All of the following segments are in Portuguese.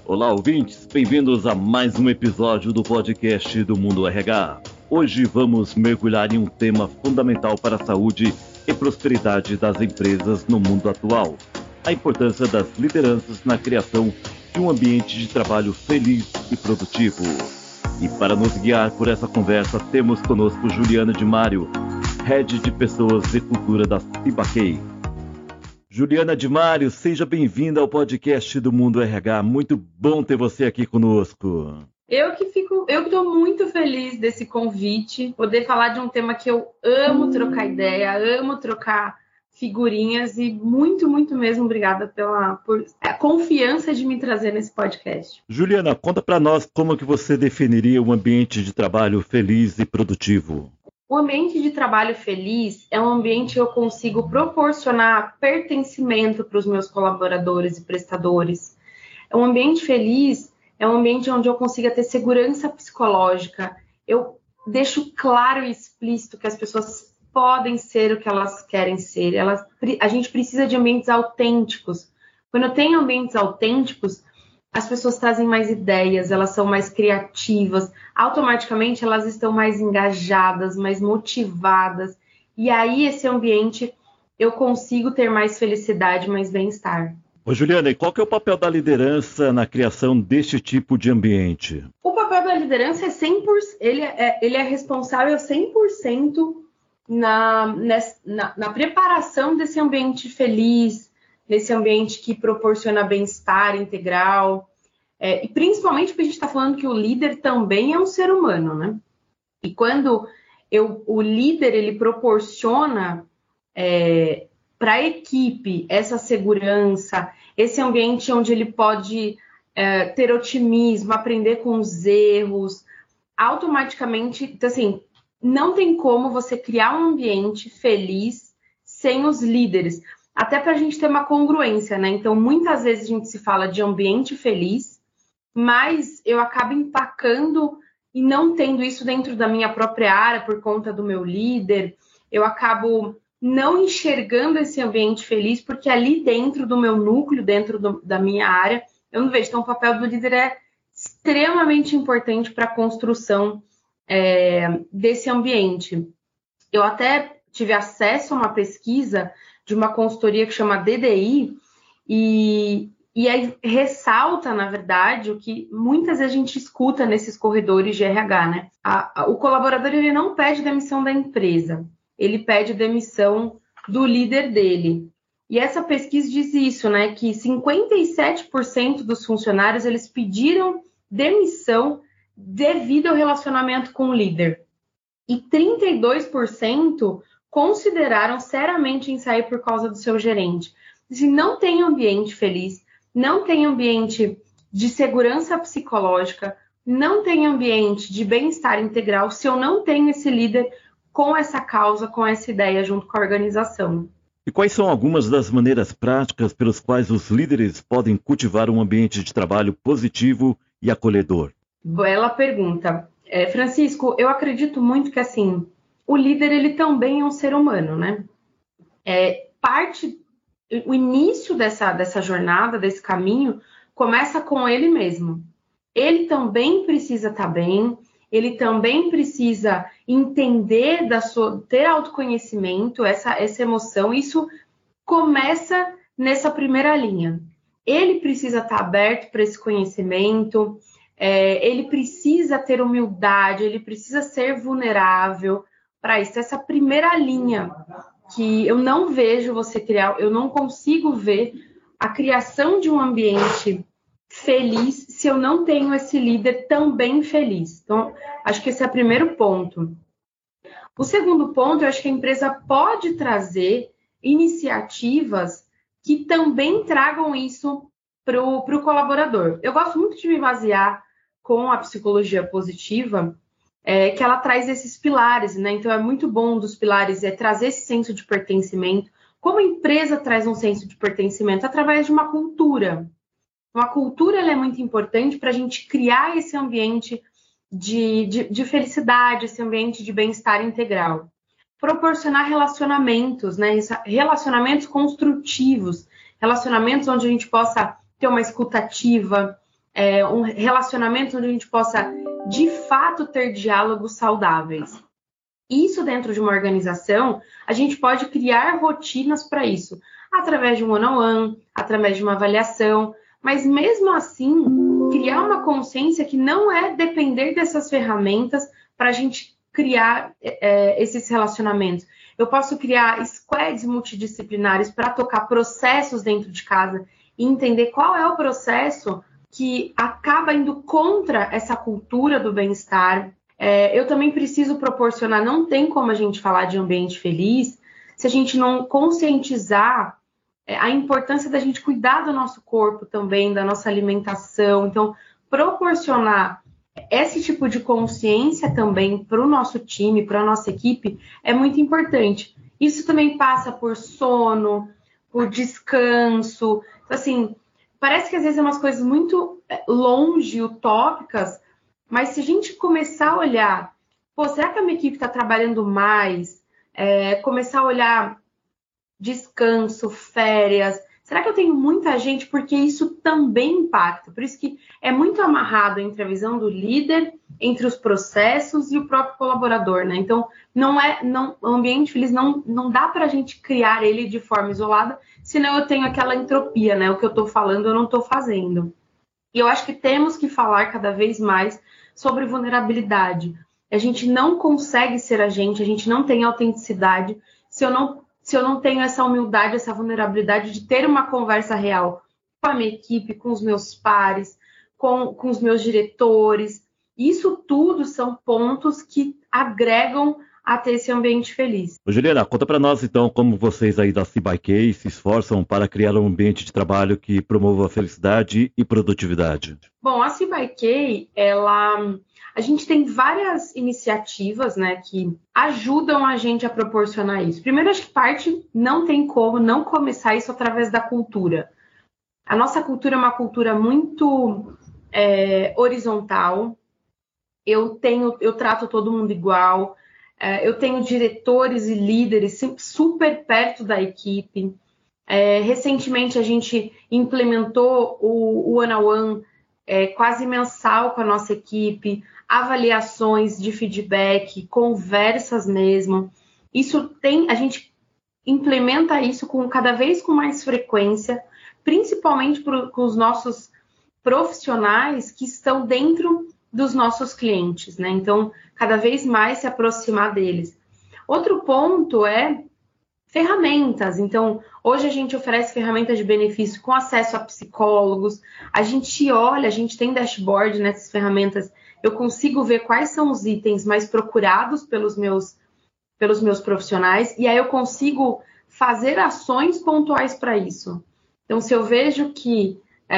Olá, ouvintes, bem-vindos a mais um episódio do podcast do Mundo RH. Hoje vamos mergulhar em um tema fundamental para a saúde e prosperidade das empresas no mundo atual: a importância das lideranças na criação de um ambiente de trabalho feliz e produtivo. E para nos guiar por essa conversa, temos conosco Juliana de Mário, Head de Pessoas e Cultura da Ciba-Key. Juliana de Mário, seja bem-vinda ao podcast do Mundo RH. Muito bom ter você aqui conosco. Eu que estou muito feliz desse convite, poder falar de um tema que eu amo trocar ideia, amo trocar figurinhas e muito mesmo obrigada por a confiança de me trazer nesse podcast. Juliana, conta para nós como que você definiria um ambiente de trabalho feliz e produtivo. O ambiente de trabalho feliz é um ambiente que eu consigo proporcionar pertencimento para os meus colaboradores e prestadores. Um ambiente feliz é um ambiente onde eu consiga ter segurança psicológica. Eu deixo claro e explícito que as pessoas podem ser o que elas querem ser. A gente precisa de ambientes autênticos. Quando eu tenho ambientes autênticos, as pessoas trazem mais ideias, elas são mais criativas, automaticamente elas estão mais engajadas, mais motivadas, e aí esse ambiente eu consigo ter mais felicidade, mais bem-estar. Ô Juliana, e qual que é o papel da liderança na criação deste tipo de ambiente? O papel da liderança é 100%, ele é responsável 100% na preparação desse ambiente feliz, nesse ambiente que proporciona bem-estar integral, e principalmente porque a gente está falando que o líder também é um ser humano, né? E quando o líder ele proporciona para a equipe essa segurança, esse ambiente onde ele pode ter otimismo, aprender com os erros, automaticamente, então, assim, não tem como você criar um ambiente feliz sem os líderes. Até para a gente ter uma congruência, né? Então, muitas vezes a gente se fala de ambiente feliz, mas eu acabo empacando e não tendo isso dentro da minha própria área por conta do meu líder. Eu acabo não enxergando esse ambiente feliz, porque ali dentro do meu núcleo, dentro da minha área, eu não vejo. Então, o papel do líder é extremamente importante para a construção desse ambiente. Eu até tive acesso a uma pesquisa de uma consultoria que chama DDI, e aí ressalta, na verdade, o que muitas vezes a gente escuta nesses corredores de RH, né? O colaborador ele não pede demissão da empresa, ele pede demissão do líder dele. E essa pesquisa diz isso, né? Que 57% dos funcionários eles pediram demissão devido ao relacionamento com o líder. E 32% consideraram seriamente em sair por causa do seu gerente. Se não tem ambiente feliz, não tem ambiente de segurança psicológica, não tem ambiente de bem-estar integral, se eu não tenho esse líder com essa causa, com essa ideia junto com a organização. E quais são algumas das maneiras práticas pelas quais os líderes podem cultivar um ambiente de trabalho positivo e acolhedor? Ela pergunta, Francisco, eu acredito muito que assim, o líder ele também é um ser humano, né? O início dessa jornada, desse caminho, começa com ele mesmo. Ele também precisa estar bem, ele também precisa entender ter autoconhecimento, essa emoção. Isso começa nessa primeira linha. Ele precisa estar aberto para esse conhecimento, ele precisa ter humildade, ele precisa ser vulnerável para isso. Essa primeira linha que eu não vejo você criar, eu não consigo ver a criação de um ambiente feliz se eu não tenho esse líder também feliz. Então, acho que esse é o primeiro ponto. O segundo ponto, eu acho que a empresa pode trazer iniciativas que também tragam isso para o colaborador. Eu gosto muito de me basear com a psicologia positiva, que ela traz esses pilares, né? Então, é muito bom dos pilares trazer esse senso de pertencimento. Como a empresa traz um senso de pertencimento? Através de uma cultura. Uma cultura ela é muito importante para a gente criar esse ambiente de felicidade, esse ambiente de bem-estar integral. Proporcionar relacionamentos, né? Relacionamentos construtivos, relacionamentos onde a gente possa ter uma escuta ativa, um relacionamento onde a gente possa, de fato, ter diálogos saudáveis. Isso dentro de uma organização, a gente pode criar rotinas para isso, através de um one-on-one, através de uma avaliação, mas mesmo assim, criar uma consciência que não é depender dessas ferramentas para a gente criar esses relacionamentos. Eu posso criar squads multidisciplinares para tocar processos dentro de casa e entender qual é o processo que acaba indo contra essa cultura do bem-estar. Eu também preciso proporcionar, não tem como a gente falar de ambiente feliz se a gente não conscientizar a importância da gente cuidar do nosso corpo também, da nossa alimentação. Então, proporcionar esse tipo de consciência também para o nosso time, para a nossa equipe, é muito importante. Isso também passa por sono, por descanso. Então, assim, parece que às vezes é umas coisas muito longe, utópicas, mas se a gente começar a olhar, será que a minha equipe está trabalhando mais? Começar a olhar descanso, férias. Será que eu tenho muita gente? Porque isso também impacta. Por isso que é muito amarrado entre a visão do líder, entre os processos e o próprio colaborador, né? Então, o ambiente feliz não dá para a gente criar ele de forma isolada, senão eu tenho aquela entropia, né? O que eu estou falando, eu não estou fazendo. E eu acho que temos que falar cada vez mais sobre vulnerabilidade. A gente não consegue ser a gente não tem autenticidade se eu não tenho essa humildade, essa vulnerabilidade de ter uma conversa real com a minha equipe, com os meus pares, com os meus diretores. Isso tudo são pontos que agregam a ter esse ambiente feliz. Juliana, conta para nós então como vocês aí da CBK se esforçam para criar um ambiente de trabalho que promova a felicidade e produtividade. Bom, a CBK, a gente tem várias iniciativas, né, que ajudam a gente a proporcionar isso. Primeiro, acho que não tem como não começar isso através da cultura. A nossa cultura é uma cultura muito horizontal. Eu trato todo mundo igual. Eu tenho diretores e líderes super perto da equipe. Recentemente, a gente implementou o one-on-one quase mensal com a nossa equipe, avaliações de feedback, conversas mesmo. A gente implementa isso cada vez com mais frequência, principalmente com os nossos profissionais que estão dentro dos nossos clientes, né? Então, cada vez mais se aproximar deles. Outro ponto é ferramentas. Então, hoje a gente oferece ferramentas de benefício com acesso a psicólogos. A gente tem dashboard nessas ferramentas. Eu consigo ver quais são os itens mais procurados pelos meus profissionais e aí eu consigo fazer ações pontuais para isso. Então, se eu vejo que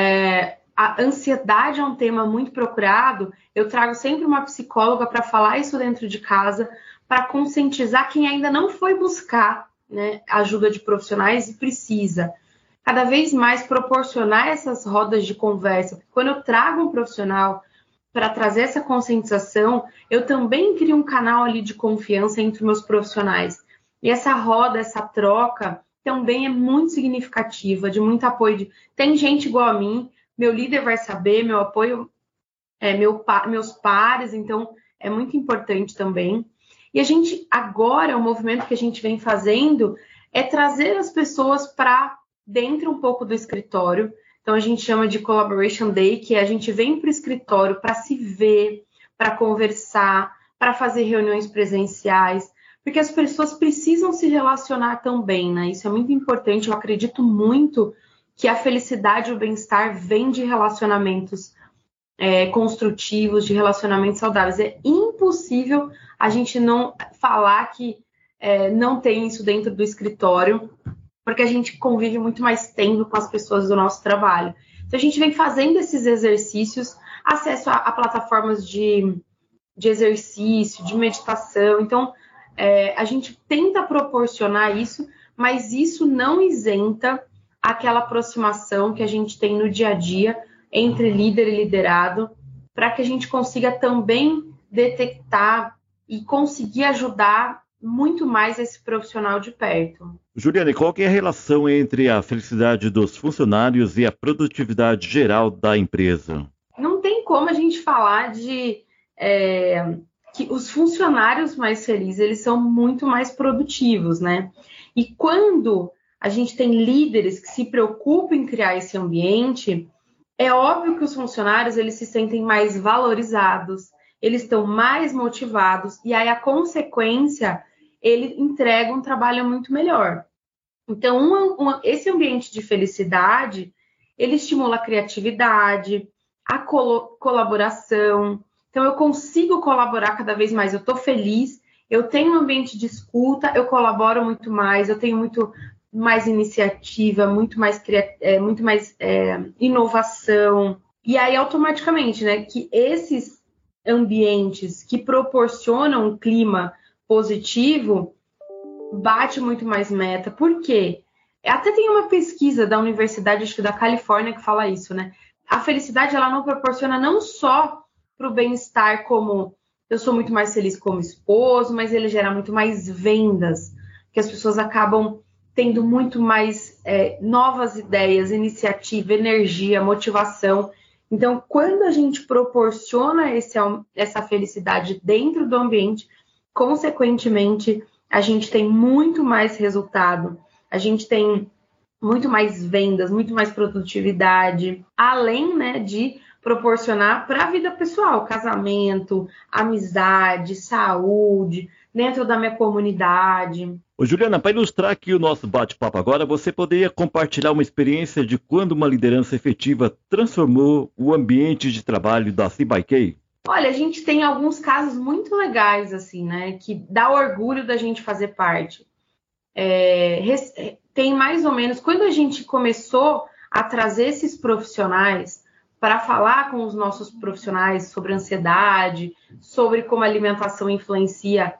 a ansiedade é um tema muito procurado, eu trago sempre uma psicóloga para falar isso dentro de casa, para conscientizar quem ainda não foi buscar, né, ajuda de profissionais e precisa. Cada vez mais proporcionar essas rodas de conversa. Quando eu trago um profissional para trazer essa conscientização, eu também crio um canal ali de confiança entre meus profissionais. E essa roda, essa troca, também é muito significativa, de muito apoio. Tem gente igual a mim, meu líder vai saber, meu apoio, meus pares, então é muito importante também. E a gente, agora, o movimento que a gente vem fazendo é trazer as pessoas para dentro um pouco do escritório. Então, a gente chama de Collaboration Day, que a gente vem para o escritório para se ver, para conversar, para fazer reuniões presenciais, porque as pessoas precisam se relacionar também, né? Isso é muito importante, eu acredito muito que a felicidade e o bem-estar vêm de relacionamentos construtivos, de relacionamentos saudáveis. É impossível a gente não falar que não tem isso dentro do escritório, porque a gente convive muito mais tempo com as pessoas do nosso trabalho. Então, a gente vem fazendo esses exercícios, acesso a plataformas de exercício, de meditação. Então, a gente tenta proporcionar isso, mas isso não isenta aquela aproximação que a gente tem no dia a dia entre líder e liderado, para que a gente consiga também detectar e conseguir ajudar muito mais esse profissional de perto. Juliane, qual que é a relação entre a felicidade dos funcionários e a produtividade geral da empresa? tem como a gente falar de que os funcionários mais felizes, eles são muito mais produtivos, né? E quando a gente tem líderes que se preocupam em criar esse ambiente, é óbvio que os funcionários, eles se sentem mais valorizados, eles estão mais motivados, e aí a consequência, ele entrega um trabalho muito melhor. Então, esse ambiente de felicidade, ele estimula a criatividade, a colaboração. Então, eu consigo colaborar cada vez mais, eu estou feliz, eu tenho um ambiente de escuta, eu colaboro muito mais, eu tenho muito mais iniciativa, muito mais inovação. E aí, automaticamente, né, que esses ambientes que proporcionam um clima positivo bate muito mais meta. Por quê? Até tem uma pesquisa da Universidade, acho que da Califórnia, que fala isso, né? A felicidade, ela não proporciona não só para o bem-estar, como eu sou muito mais feliz como esposo, mas ele gera muito mais vendas, que as pessoas acabam tendo muito mais novas ideias, iniciativa, energia, motivação. Então, quando a gente proporciona essa felicidade dentro do ambiente, consequentemente, a gente tem muito mais resultado, a gente tem muito mais vendas, muito mais produtividade, além, né, de proporcionar para a vida pessoal, casamento, amizade, saúde, dentro da minha comunidade. Ô, Juliana, para ilustrar aqui o nosso bate-papo agora, você poderia compartilhar uma experiência de quando uma liderança efetiva transformou o ambiente de trabalho da CBK? Olha, a gente tem alguns casos muito legais, assim, né, que dá orgulho da gente fazer parte. Tem mais ou menos, quando a gente começou a trazer esses profissionais para falar com os nossos profissionais sobre ansiedade, sobre como a alimentação influencia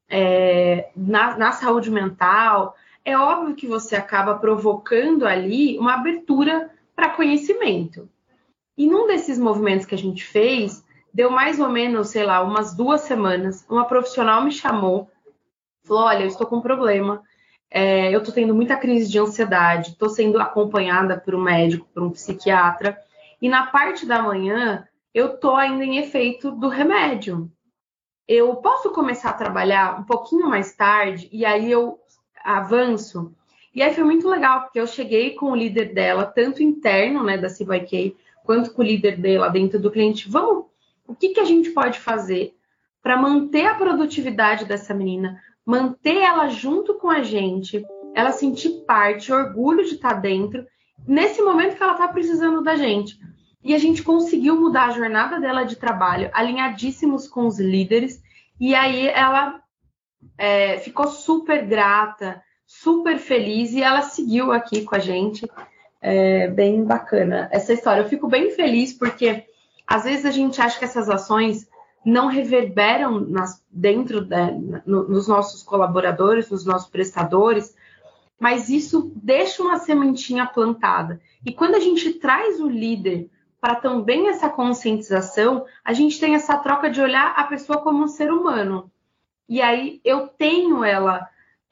na saúde mental, é óbvio que você acaba provocando ali uma abertura para conhecimento. E num desses movimentos que a gente fez, deu mais ou menos, sei lá, umas 2 semanas, uma profissional me chamou, falou, olha, eu estou com um problema, eu estou tendo muita crise de ansiedade, estou sendo acompanhada por um médico, por um psiquiatra, e na parte da manhã eu estou ainda em efeito do remédio. Eu posso começar a trabalhar um pouquinho mais tarde e aí eu avanço? E aí foi muito legal, porque eu cheguei com o líder dela, tanto interno, né, da CBK, quanto com o líder dela dentro do cliente. O que a gente pode fazer para manter a produtividade dessa menina, manter ela junto com a gente, ela sentir parte, orgulho de estar dentro, nesse momento que ela está precisando da gente. E a gente conseguiu mudar a jornada dela de trabalho, alinhadíssimos com os líderes, e aí ela ficou super grata, super feliz, e ela seguiu aqui com a gente. Bem bacana essa história. Eu fico bem feliz, porque às vezes a gente acha que essas ações não reverberam dentro nos nossos colaboradores, nos nossos prestadores, mas isso deixa uma sementinha plantada. E quando a gente traz o líder para também essa conscientização, a gente tem essa troca de olhar a pessoa como um ser humano. E aí eu tenho ela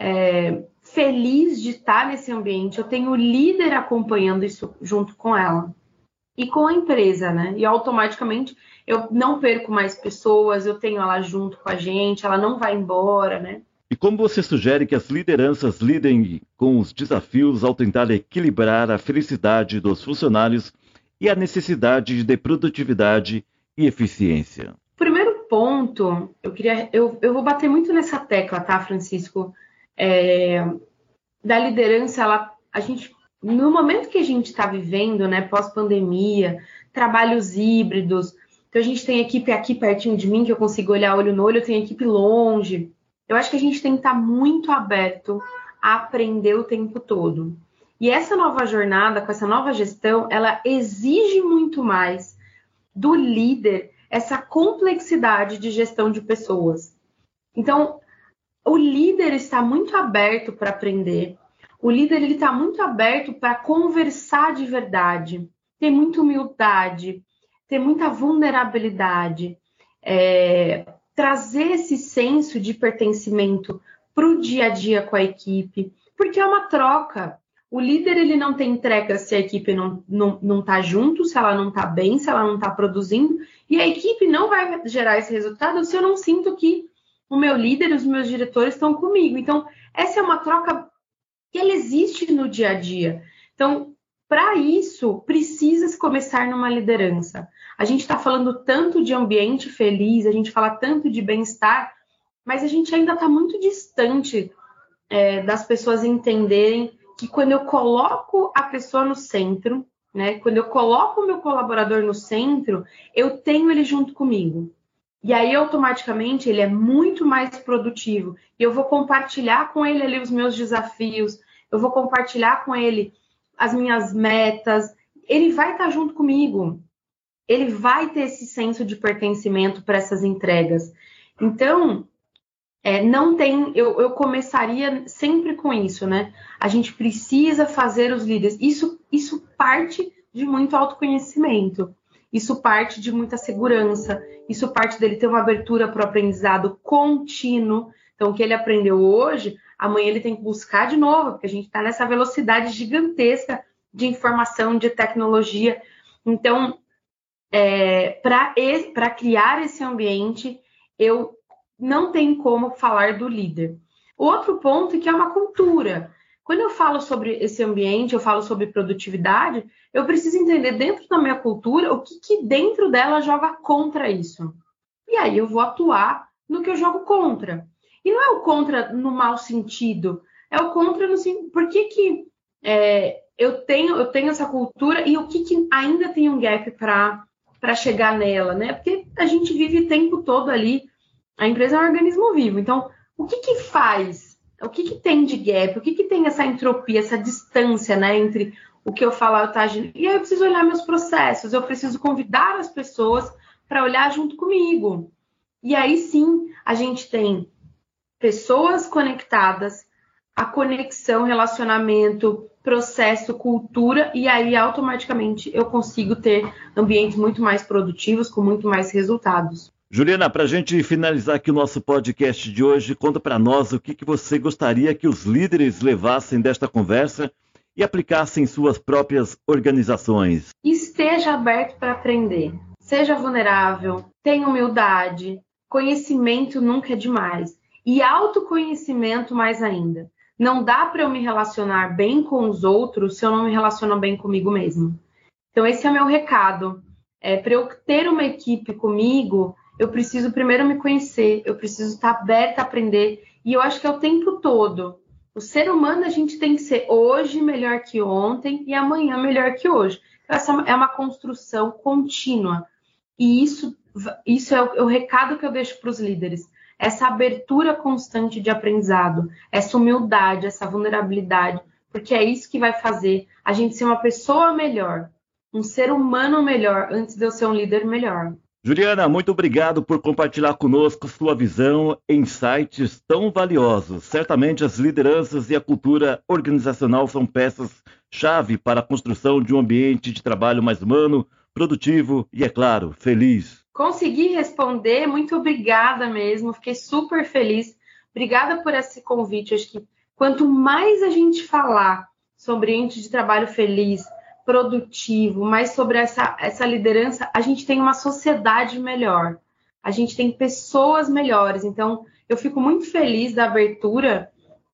feliz de estar nesse ambiente, eu tenho o líder acompanhando isso junto com ela. E com a empresa, né? E automaticamente eu não perco mais pessoas, eu tenho ela junto com a gente, ela não vai embora, né? E como você sugere que as lideranças lidem com os desafios ao tentar equilibrar a felicidade dos funcionários e a necessidade de produtividade e eficiência? Primeiro ponto, eu vou bater muito nessa tecla, tá, Francisco? Da liderança, no momento que a gente está vivendo, né, pós-pandemia, trabalhos híbridos, então a gente tem equipe aqui pertinho de mim, que eu consigo olhar olho no olho, eu tenho equipe longe. Eu acho que a gente tem que estar muito aberto a aprender o tempo todo. E essa nova jornada, com essa nova gestão, ela exige muito mais do líder essa complexidade de gestão de pessoas. Então, o líder está muito aberto para aprender. O líder está muito aberto para conversar de verdade, ter muita humildade, ter muita vulnerabilidade, trazer esse senso de pertencimento para o dia a dia com a equipe, porque é uma troca. O líder ele não tem entrega se a equipe não tá junto, se ela não tá bem, se ela não tá produzindo, e a equipe não vai gerar esse resultado se eu não sinto que o meu líder e os meus diretores estão comigo. Então, essa é uma troca que ela existe no dia a dia. Então, para isso, precisa-se começar numa liderança. A gente está falando tanto de ambiente feliz, a gente fala tanto de bem-estar, mas a gente ainda está muito distante das pessoas entenderem que quando eu coloco a pessoa no centro, né, quando eu coloco o meu colaborador no centro, eu tenho ele junto comigo. E aí, automaticamente, ele é muito mais produtivo. E eu vou compartilhar com ele ali os meus desafios, eu vou compartilhar com ele as minhas metas. Ele vai estar junto comigo. Ele vai ter esse senso de pertencimento para essas entregas. Então, não tem... Eu começaria sempre com isso, né? A gente precisa fazer os líderes. Isso parte de muito autoconhecimento. Isso parte de muita segurança, isso parte dele ter uma abertura para o aprendizado contínuo. Então, o que ele aprendeu hoje, amanhã ele tem que buscar de novo, porque a gente está nessa velocidade gigantesca de informação, de tecnologia. Então, para criar esse ambiente, eu não tenho como falar do líder. Outro ponto é que é uma cultura. Quando eu falo sobre esse ambiente, eu falo sobre produtividade, eu preciso entender dentro da minha cultura o que dentro dela joga contra isso. E aí eu vou atuar no que eu jogo contra. E não é o contra no mau sentido, é o contra no sentido... Por que eu tenho essa cultura e o que ainda tem um gap para chegar nela, né? Porque a gente vive o tempo todo ali, a empresa é um organismo vivo. Então, o que faz... O que tem de gap? O que tem essa entropia, essa distância, né, entre o que eu falo e o que eu tô agindo? E aí eu preciso olhar meus processos, eu preciso convidar as pessoas para olhar junto comigo. E aí sim, a gente tem pessoas conectadas, a conexão, relacionamento, processo, cultura, e aí automaticamente eu consigo ter ambientes muito mais produtivos, com muito mais resultados. Juliana, para a gente finalizar aqui o nosso podcast de hoje, conta para nós o que você gostaria que os líderes levassem desta conversa e aplicassem em suas próprias organizações. Esteja aberto para aprender, seja vulnerável, tenha humildade, conhecimento nunca é demais e autoconhecimento mais ainda. Não dá para eu me relacionar bem com os outros se eu não me relaciono bem comigo mesmo. Então esse é o meu recado. Para eu ter uma equipe comigo, eu preciso primeiro me conhecer, eu preciso estar aberta a aprender, e eu acho que é o tempo todo. O ser humano, a gente tem que ser hoje melhor que ontem e amanhã melhor que hoje. Essa é uma construção contínua, e isso é o recado que eu deixo para os líderes. Essa abertura constante de aprendizado, essa humildade, essa vulnerabilidade, porque é isso que vai fazer a gente ser uma pessoa melhor, um ser humano melhor, antes de eu ser um líder melhor. Juliana, muito obrigado por compartilhar conosco sua visão e insights tão valiosos. Certamente as lideranças e a cultura organizacional são peças-chave para a construção de um ambiente de trabalho mais humano, produtivo e, é claro, feliz. Consegui responder, muito obrigada mesmo, fiquei super feliz. Obrigada por esse convite. Acho que quanto mais a gente falar sobre ambiente de trabalho feliz, produtivo, mas sobre essa liderança, a gente tem uma sociedade melhor, a gente tem pessoas melhores. Então, eu fico muito feliz da abertura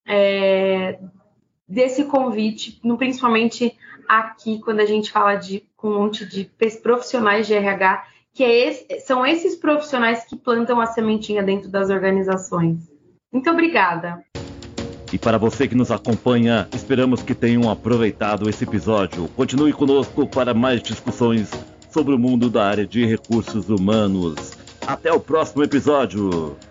desse convite, principalmente aqui, quando a gente fala com um monte de profissionais de RH, são esses profissionais que plantam a sementinha dentro das organizações. Muito obrigada. E para você que nos acompanha, esperamos que tenham aproveitado esse episódio. Continue conosco para mais discussões sobre o mundo da área de recursos humanos. Até o próximo episódio!